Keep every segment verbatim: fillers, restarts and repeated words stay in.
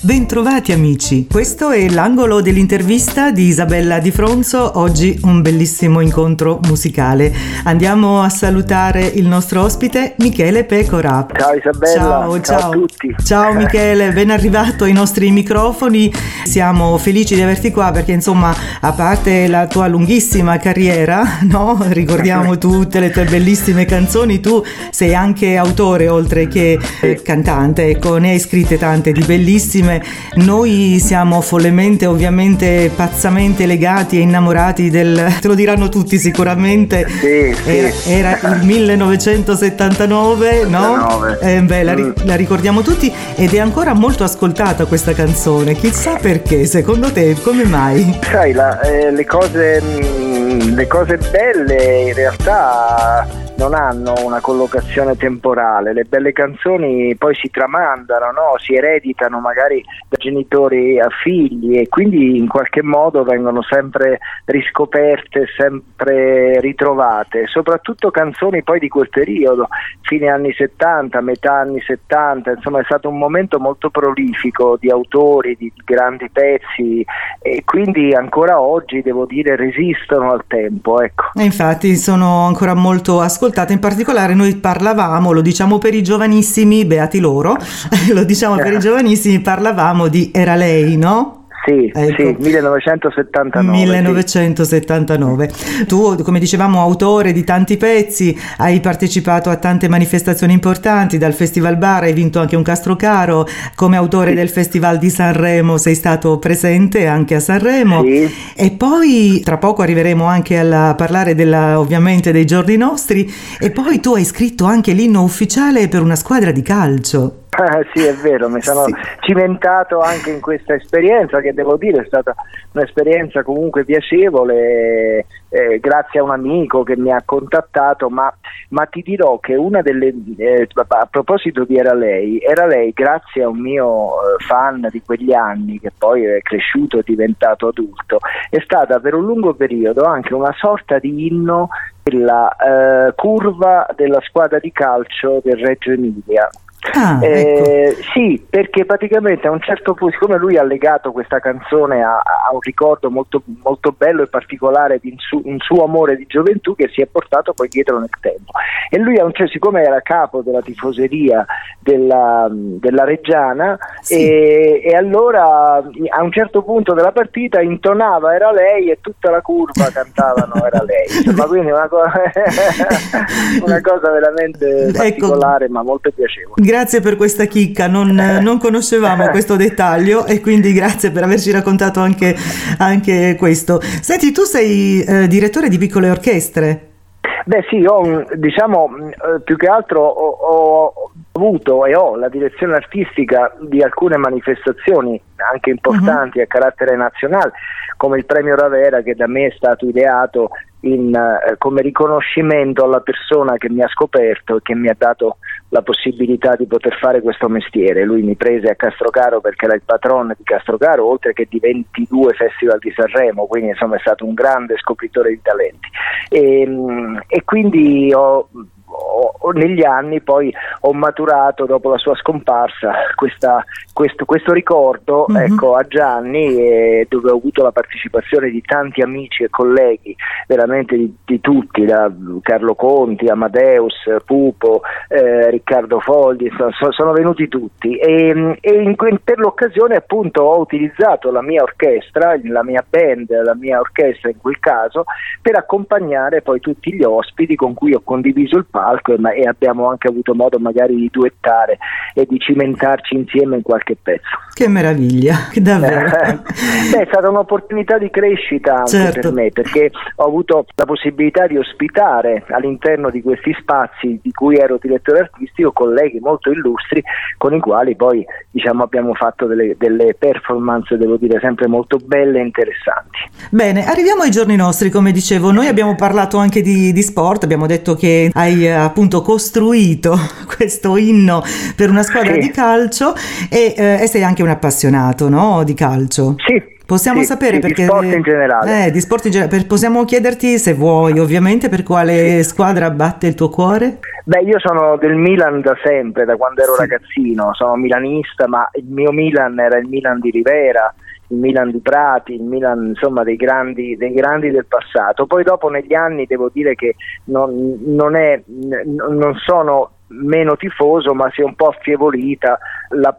Bentrovati amici, questo è l'angolo dell'intervista di Isabella Di Fronzo, oggi un bellissimo incontro musicale. Andiamo a salutare il nostro ospite Michele Pecora. Ciao Isabella, ciao, ciao. ciao a tutti. Ciao Michele, ben arrivato ai nostri microfoni, siamo felici di averti qua perché insomma a parte la tua lunghissima carriera, no? Ricordiamo tutte le tue bellissime canzoni, tu sei anche autore oltre che eh, cantante, ecco, ne hai scritte tante di bellissime. Noi siamo follemente, ovviamente pazzamente legati e innamorati del, te lo diranno tutti sicuramente, sì, sì. Era, era il millenovecentosettantanove, no? Eh, beh, la, mm. la ricordiamo tutti ed è ancora molto ascoltata questa canzone, chissà perché, secondo te, come mai? Sai, la, eh, le cose mh, le cose belle in realtà non hanno una collocazione temporale, le belle canzoni poi si tramandano, no? Si ereditano magari da genitori a figli e quindi in qualche modo vengono sempre riscoperte, sempre ritrovate, soprattutto canzoni poi di quel periodo, fine anni settanta, metà anni settanta, insomma è stato un momento molto prolifico di autori, di grandi pezzi e quindi ancora oggi devo dire resistono al tempo, ecco. E infatti sono ancora molto ascoltate. In particolare noi parlavamo, lo diciamo per i giovanissimi, beati loro, lo diciamo per i giovanissimi, parlavamo di Era lei, no? Sì, ecco. sì, millenovecentosettantanove. millenovecentosettantanove. Sì. Tu, come dicevamo, autore di tanti pezzi, hai partecipato a tante manifestazioni importanti, dal Festival Bar hai vinto anche un Castrocaro, come autore sì. del Festival di Sanremo sei stato presente anche a Sanremo sì. e poi tra poco arriveremo anche a parlare della, ovviamente dei giorni nostri, e poi tu hai scritto anche l'inno ufficiale per una squadra di calcio. Ah, sì, è vero, mi sono sì. cimentato anche in questa esperienza che devo dire è stata un'esperienza comunque piacevole, eh, grazie a un amico che mi ha contattato, ma, ma ti dirò che una delle, eh, a proposito di Era lei, Era lei grazie a un mio eh, fan di quegli anni che poi è cresciuto e diventato adulto, è stata per un lungo periodo anche una sorta di inno della eh, curva della squadra di calcio del Reggio Emilia. Ah, eh, ecco. Sì, perché praticamente a un certo punto, siccome lui ha legato questa canzone a, a un ricordo molto, molto bello e particolare di un, su, un suo amore di gioventù che si è portato poi dietro nel tempo, e lui a un certo, siccome era capo della tifoseria della, della Reggiana, sì. e, e allora a un certo punto della partita intonava Era lei e tutta la curva cantavano Era lei, insomma, quindi una, co- una cosa veramente particolare, ecco. Ma molto piacevole. Grazie per questa chicca, non, non conoscevamo questo dettaglio e quindi grazie per averci raccontato anche, anche questo. Senti, tu sei eh, direttore di piccole orchestre? Beh sì, ho, diciamo eh, più che altro ho, ho avuto e ho la direzione artistica di alcune manifestazioni anche importanti uh-huh. a carattere nazionale, come il premio Ravera, che da me è stato ideato in, eh, come riconoscimento alla persona che mi ha scoperto e che mi ha dato la possibilità di poter fare questo mestiere. Lui mi prese a Castrocaro perché era il patron di Castrocaro, oltre che di ventidue festival di Sanremo, quindi insomma è stato un grande scopritore di talenti e, e quindi ho Ho, negli anni poi ho maturato dopo la sua scomparsa questa, questo, questo ricordo mm-hmm. ecco, a Gianni, eh, dove ho avuto la partecipazione di tanti amici e colleghi veramente di, di tutti, da Carlo Conti, Amadeus, Pupo, eh, Riccardo Fogli, so, sono venuti tutti e, e in, per l'occasione appunto ho utilizzato la mia orchestra, la mia band, la mia orchestra in quel caso, per accompagnare poi tutti gli ospiti con cui ho condiviso il palco e abbiamo anche avuto modo magari di duettare e di cimentarci insieme in qualche pezzo. Che meraviglia, davvero. Beh, è stata un'opportunità di crescita anche certo. per me, perché ho avuto la possibilità di ospitare all'interno di questi spazi di cui ero direttore artistico colleghi molto illustri con i quali poi diciamo abbiamo fatto delle, delle performance, devo dire, sempre molto belle e interessanti. Bene, arriviamo ai giorni nostri, come dicevo, noi abbiamo parlato anche di, di sport, abbiamo detto che hai appunto costruito questo inno per una squadra sì. di calcio e, eh, e sei anche un appassionato, no, di calcio. Sì. Possiamo sì, sapere sì, perché di sport in generale. Eh, di sport in generale. Possiamo chiederti, se vuoi, ovviamente, per quale sì. squadra batte il tuo cuore? Beh, io sono del Milan da sempre, da quando ero sì. ragazzino, sono milanista, ma il mio Milan era il Milan di Rivera, il Milan di Prati, il Milan insomma dei grandi, dei grandi del passato. Poi dopo negli anni devo dire che non, non, è, non sono meno tifoso, ma si è un po' affievolita la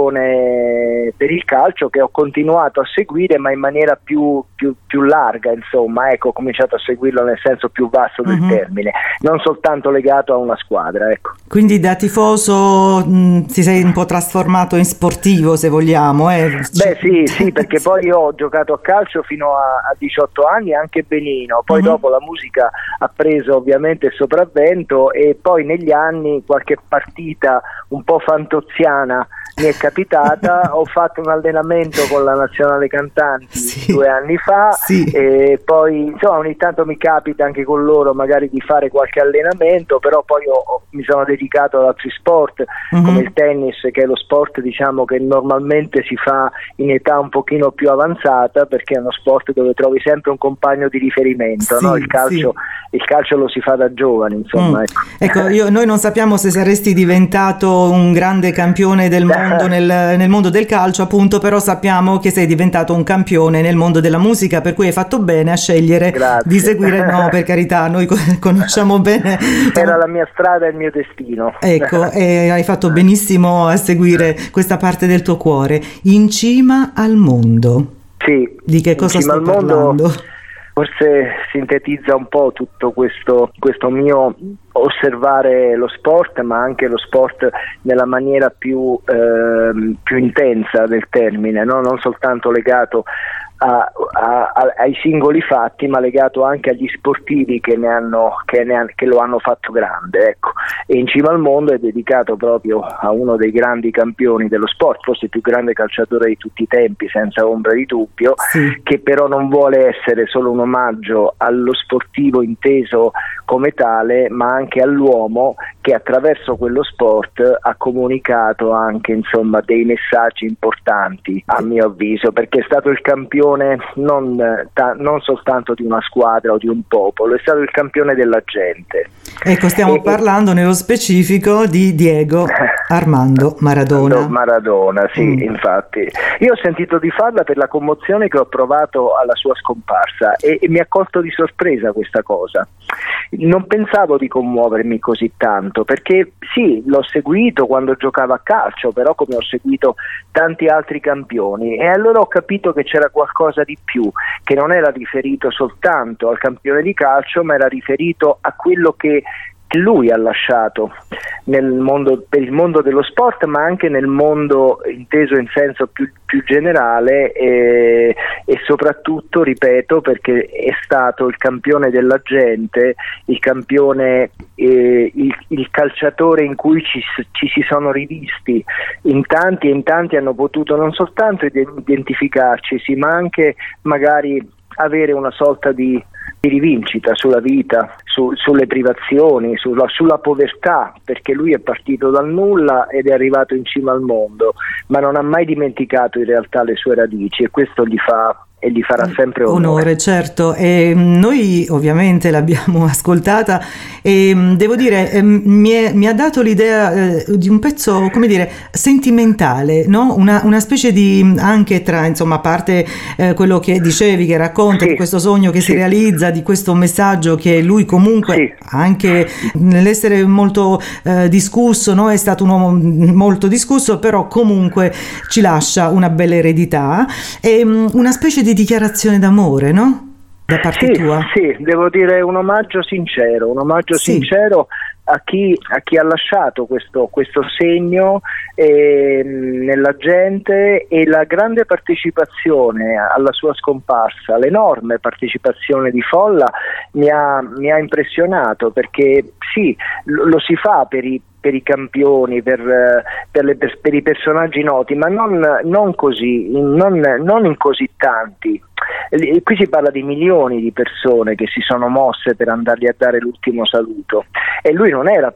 passione per il calcio, che ho continuato a seguire, ma in maniera più, più, più larga, insomma, ecco, ho cominciato a seguirlo nel senso più vasto del uh-huh. termine, non soltanto legato a una squadra, ecco. Quindi da tifoso mh, ti sei un po' trasformato in sportivo, se vogliamo, eh? Beh sì, sì, perché poi io ho giocato a calcio fino a, a diciotto anni, anche benino, poi uh-huh. dopo la musica ha preso ovviamente il sopravvento, e poi negli anni qualche partita un po' fantoziana mi è capitata. Ho fatto un allenamento con la nazionale cantanti sì, due anni fa sì. e poi insomma ogni tanto mi capita anche con loro magari di fare qualche allenamento, però poi ho, ho, mi sono dedicato ad altri sport uh-huh. come il tennis, che è lo sport diciamo che normalmente si fa in età un pochino più avanzata, perché è uno sport dove trovi sempre un compagno di riferimento, sì, no? Il calcio, sì. il calcio lo si fa da giovani, insomma. Mm. Ecco, ecco io, noi non sappiamo se saresti diventato un grande campione del mondo nel, nel mondo del calcio, appunto, però sappiamo che sei diventato un campione nel mondo della musica, per cui hai fatto bene a scegliere Grazie. Di seguire, no, per carità, noi conosciamo bene. Era la mia strada e il mio destino. Ecco, e hai fatto benissimo a seguire questa parte del tuo cuore. In cima al mondo. Sì. Di che cosa sto parlando? Mondo, forse sintetizza un po' tutto questo, questo mio osservare lo sport, ma anche lo sport nella maniera più, eh, più intensa del termine, no? Non soltanto legato A, a, a, ai singoli fatti, ma legato anche agli sportivi che ne hanno che, ne han, che lo hanno fatto grande, ecco. E In cima al mondo è dedicato proprio a uno dei grandi campioni dello sport, forse il più grande calciatore di tutti i tempi, senza ombra di dubbio, sì. Che però non vuole essere solo un omaggio allo sportivo inteso come tale, ma anche all'uomo che attraverso quello sport ha comunicato anche insomma dei messaggi importanti, a mio avviso, perché è stato il campione Non, ta, non soltanto di una squadra o di un popolo, è stato il campione della gente. Ecco, stiamo e, parlando nello specifico di Diego Armando Maradona. Maradona, sì, mm. infatti. Io ho sentito di farla per la commozione che ho provato alla sua scomparsa e, e mi ha colto di sorpresa questa cosa. Non pensavo di commuovermi così tanto, perché sì, l'ho seguito quando giocava a calcio, però come ho seguito tanti altri campioni, e allora ho capito che c'era qualcosa di più, che non era riferito soltanto al campione di calcio, ma era riferito a quello che lui ha lasciato nel mondo, per il mondo dello sport, ma anche nel mondo inteso in senso più, più generale, e, e soprattutto, ripeto, perché è stato il campione della gente, il campione, eh, il, il calciatore in cui ci, ci si sono rivisti in tanti, e in tanti hanno potuto non soltanto identificarci, ma anche magari avere una sorta di di rivincita sulla vita, su, sulle privazioni, sulla, sulla povertà, perché lui è partito dal nulla ed è arrivato in cima al mondo, ma non ha mai dimenticato in realtà le sue radici, e questo gli fa e gli farà sempre onore. Onore, certo. E noi ovviamente l'abbiamo ascoltata e devo dire eh, mi, è, mi ha dato l'idea eh, di un pezzo, come dire, sentimentale, no? Una, una specie di, anche tra, insomma, a parte eh, quello che dicevi, che racconta sì. di questo sogno che sì. si realizza, di questo messaggio che lui comunque sì. anche nell'essere molto eh, discusso, no? È stato un uomo molto discusso, però comunque ci lascia una bella eredità e um, una specie di di dichiarazione d'amore, no? Da parte sì, tua? Sì, devo dire un omaggio sincero, un omaggio sì. sincero a chi, a chi ha lasciato questo, questo segno eh, nella gente, e la grande partecipazione alla sua scomparsa, l'enorme partecipazione di folla mi ha, mi ha impressionato, perché sì, lo, lo si fa per i per i campioni, per, per, le, per, per i personaggi noti, ma non, non così, non, non in così tanti. Qui si parla di milioni di persone che si sono mosse per andargli a dare l'ultimo saluto, e lui non era più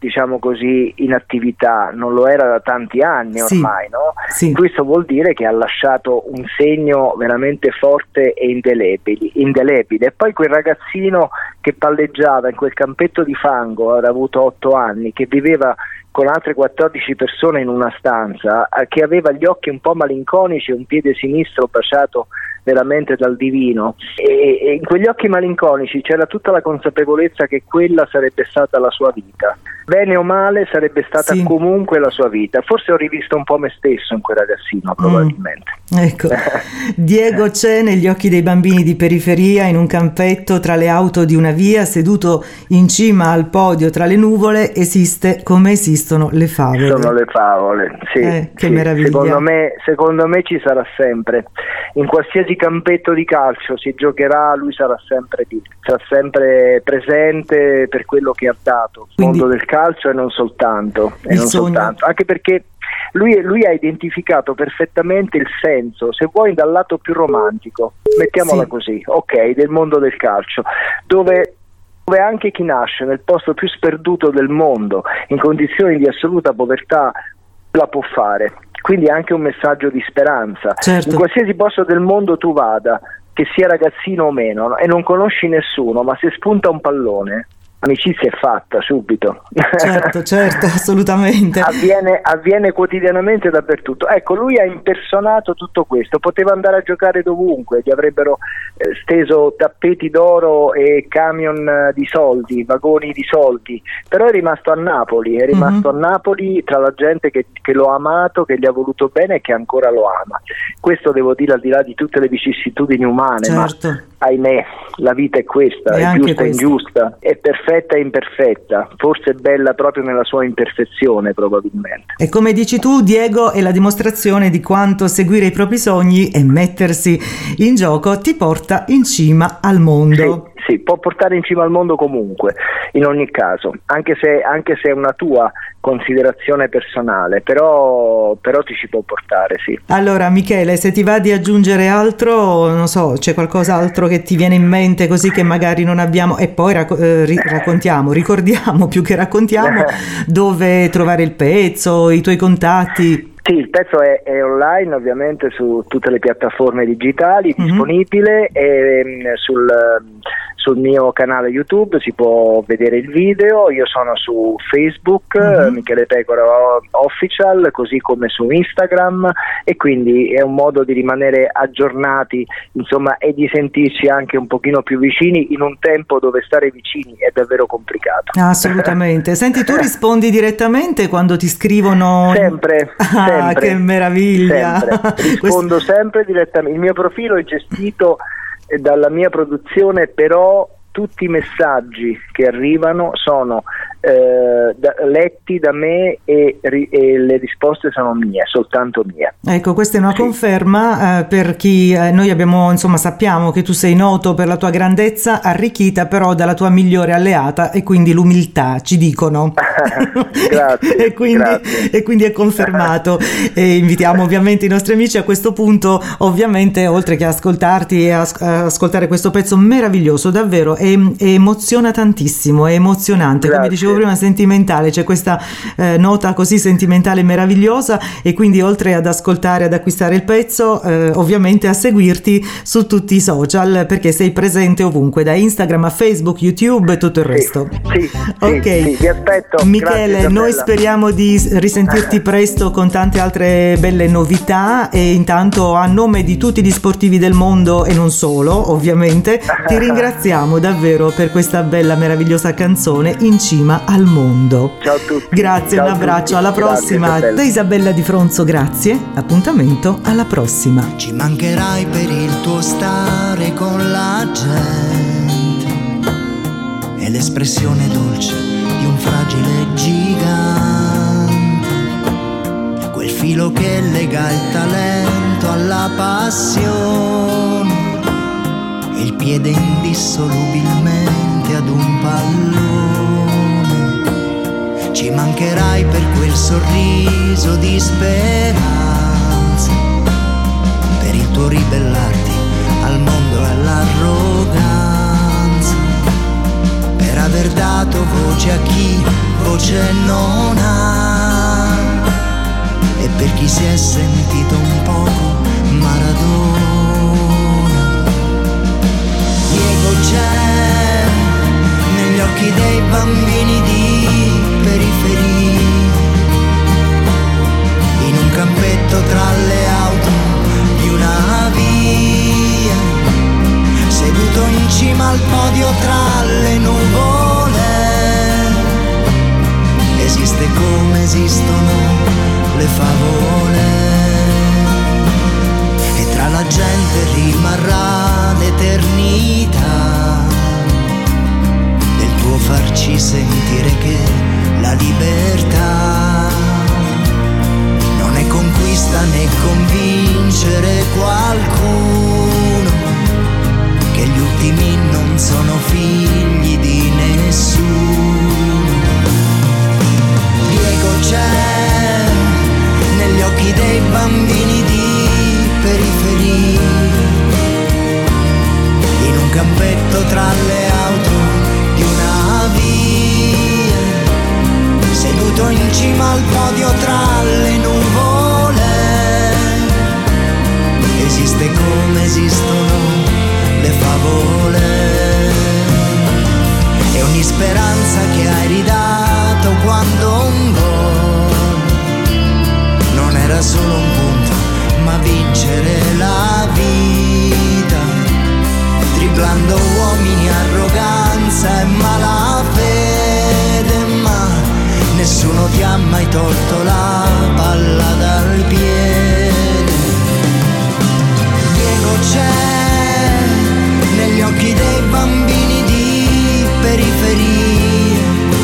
diciamo così, in attività, non lo era da tanti anni ormai, sì, no? Sì. Questo vuol dire che ha lasciato un segno veramente forte e indelebile, indelebile. E poi quel ragazzino che palleggiava in quel campetto di fango, aveva avuto otto anni, che viveva con altre quattordici persone in una stanza, che aveva gli occhi un po' malinconici e un piede sinistro baciato veramente dal divino, e, e in quegli occhi malinconici c'era tutta la consapevolezza che quella sarebbe stata la sua vita, bene o male sarebbe stata sì. comunque la sua vita. Forse ho rivisto un po' me stesso in quel ragazzino, probabilmente. Mm, ecco. Diego c'è negli occhi dei bambini di periferia, in un campetto tra le auto di una via, seduto in cima al podio tra le nuvole, esiste come esistono le favole. Sono le favole, sì, eh, che sì. meraviglia. Secondo me, secondo me ci sarà sempre, in qualsiasi campetto di calcio si giocherà, lui sarà sempre lì, sarà sempre presente per quello che ha dato il mondo del calcio, e non soltanto, e non soltanto. Anche perché lui, lui ha identificato perfettamente il senso, se vuoi dal lato più romantico, mettiamola sì. così, ok, del mondo del calcio, dove dove anche chi nasce nel posto più sperduto del mondo, in condizioni di assoluta povertà, la può fare. Quindi è anche un messaggio di speranza. Certo. In qualsiasi posto del mondo tu vada, che sia ragazzino o meno, no? E non conosci nessuno, ma se spunta un pallone, l'amicizia è fatta subito. Certo, certo, assolutamente. avviene, avviene quotidianamente dappertutto. Ecco, lui ha impersonato tutto questo, poteva andare a giocare dovunque, gli avrebbero eh, steso tappeti d'oro e camion eh, di soldi, vagoni di soldi, però è rimasto a Napoli, è rimasto mm-hmm. a Napoli tra la gente che, che lo ha amato, che gli ha voluto bene e che ancora lo ama. Questo devo dire al di là di tutte le vicissitudini umane, certo. ma ahimè, la vita è questa, e è giusta e ingiusta, è perfetta e imperfetta, forse è bella proprio nella sua imperfezione, probabilmente. E come dici tu, Diego, è la dimostrazione di quanto seguire i propri sogni e mettersi in gioco ti porta in cima al mondo. Sì, sì, può portare in cima al mondo comunque, in ogni caso, anche se, anche se è una tua considerazione personale, però, però ti ci può portare, sì. Allora Michele, se ti va di aggiungere altro, non so, c'è qualcos'altro che ti viene in mente così che magari non abbiamo, e poi racco- eh, ri- raccontiamo, ricordiamo più che raccontiamo dove trovare il pezzo, i tuoi contatti. Sì, il pezzo è, è online ovviamente su tutte le piattaforme digitali, mm-hmm. disponibile, e sul, sul mio canale YouTube si può vedere il video. Io sono su Facebook, mm-hmm. Michele Pecora Official, così come su Instagram, e quindi è un modo di rimanere aggiornati, insomma, e di sentirci anche un pochino più vicini in un tempo dove stare vicini è davvero complicato. Assolutamente. Senti, tu rispondi direttamente quando ti scrivono? Sempre. Ah, Sempre, che meraviglia! Sempre. Rispondo sempre direttamente. Il mio profilo è gestito dalla mia produzione, però tutti i messaggi che arrivano sono eh, da, letti da me e, ri, e le risposte sono mie, soltanto mie. Ecco, questa è una sì. conferma eh, per chi eh, noi abbiamo, insomma, sappiamo che tu sei noto per la tua grandezza, arricchita però dalla tua migliore alleata, e quindi l'umiltà, ci dicono. Grazie, e, quindi, grazie. e quindi è confermato. E invitiamo ovviamente i nostri amici a questo punto, ovviamente, oltre che ascoltarti e as- ascoltare questo pezzo meraviglioso, davvero è, è emoziona tantissimo, è emozionante. Grazie. Come dicevo prima, sentimentale, c'è questa eh, nota così sentimentale e meravigliosa, e quindi oltre ad ascoltare, ad acquistare il pezzo, eh, ovviamente a seguirti su tutti i social, perché sei presente ovunque, da Instagram a Facebook, YouTube e tutto il resto. Sì, sì, ok, sì, sì, vi aspetto. Michele. Grazie, noi speriamo di risentirti presto con tante altre belle novità, e intanto a nome di tutti gli sportivi del mondo e non solo, ovviamente, ti ringraziamo davvero per questa bella meravigliosa canzone, In cima al mondo. Ciao a tutti. Grazie, Ciao un abbraccio, tutti. alla prossima. Grazie, da Isabella Di Fronzo, grazie, appuntamento alla prossima. Ci mancherai per il tuo stare con la gente e l'espressione dolce di un fragile gigante, quel filo che lega il talento alla passione, il piede indissolubilmente ad un pallone. Ci mancherai per quel sorriso di speranza, per il tuo ribellarti al mondo e all'arroganza, per aver dato voce a chi voce non ha, e per chi si è sentito un poco Maradona. Diego c'è negli occhi dei bambini di periferia, in un campetto tra le auto di una via, seduto in cima al podio tra le nuvole. Esiste come esistono le favole, e tra la gente rimarrà l'eternità del tuo farci sentire che la libertà non è conquista né convincere qualcuno, che gli ultimi non sono figli di nessuno. Diego c'è negli occhi dei bambini di periferia, in un campetto tra le auto di una via, seduto in cima al podio tra le nuvole. Esiste come esistono le favole, e ogni speranza che hai ridato quando un gol non era solo un punto, ma vincere la vita, dribblando uomini, arroganza e malafede, ma nessuno ti ha mai tolto la palla dal piede. Diego c'è negli occhi dei bambini di periferia,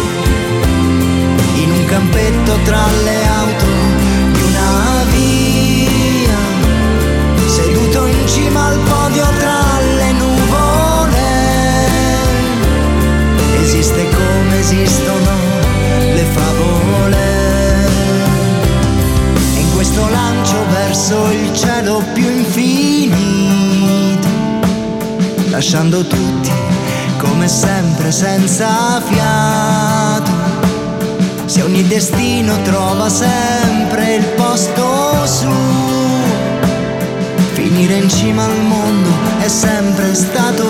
in un campetto tra le auto di una via, seduto in cima al podio tra le nuvole. Esiste come esistono le favole, e in questo lancio verso il cielo più infinito, lasciando tutti come sempre senza fiato, se ogni destino trova sempre il posto suo, finire in cima al mondo è sempre stato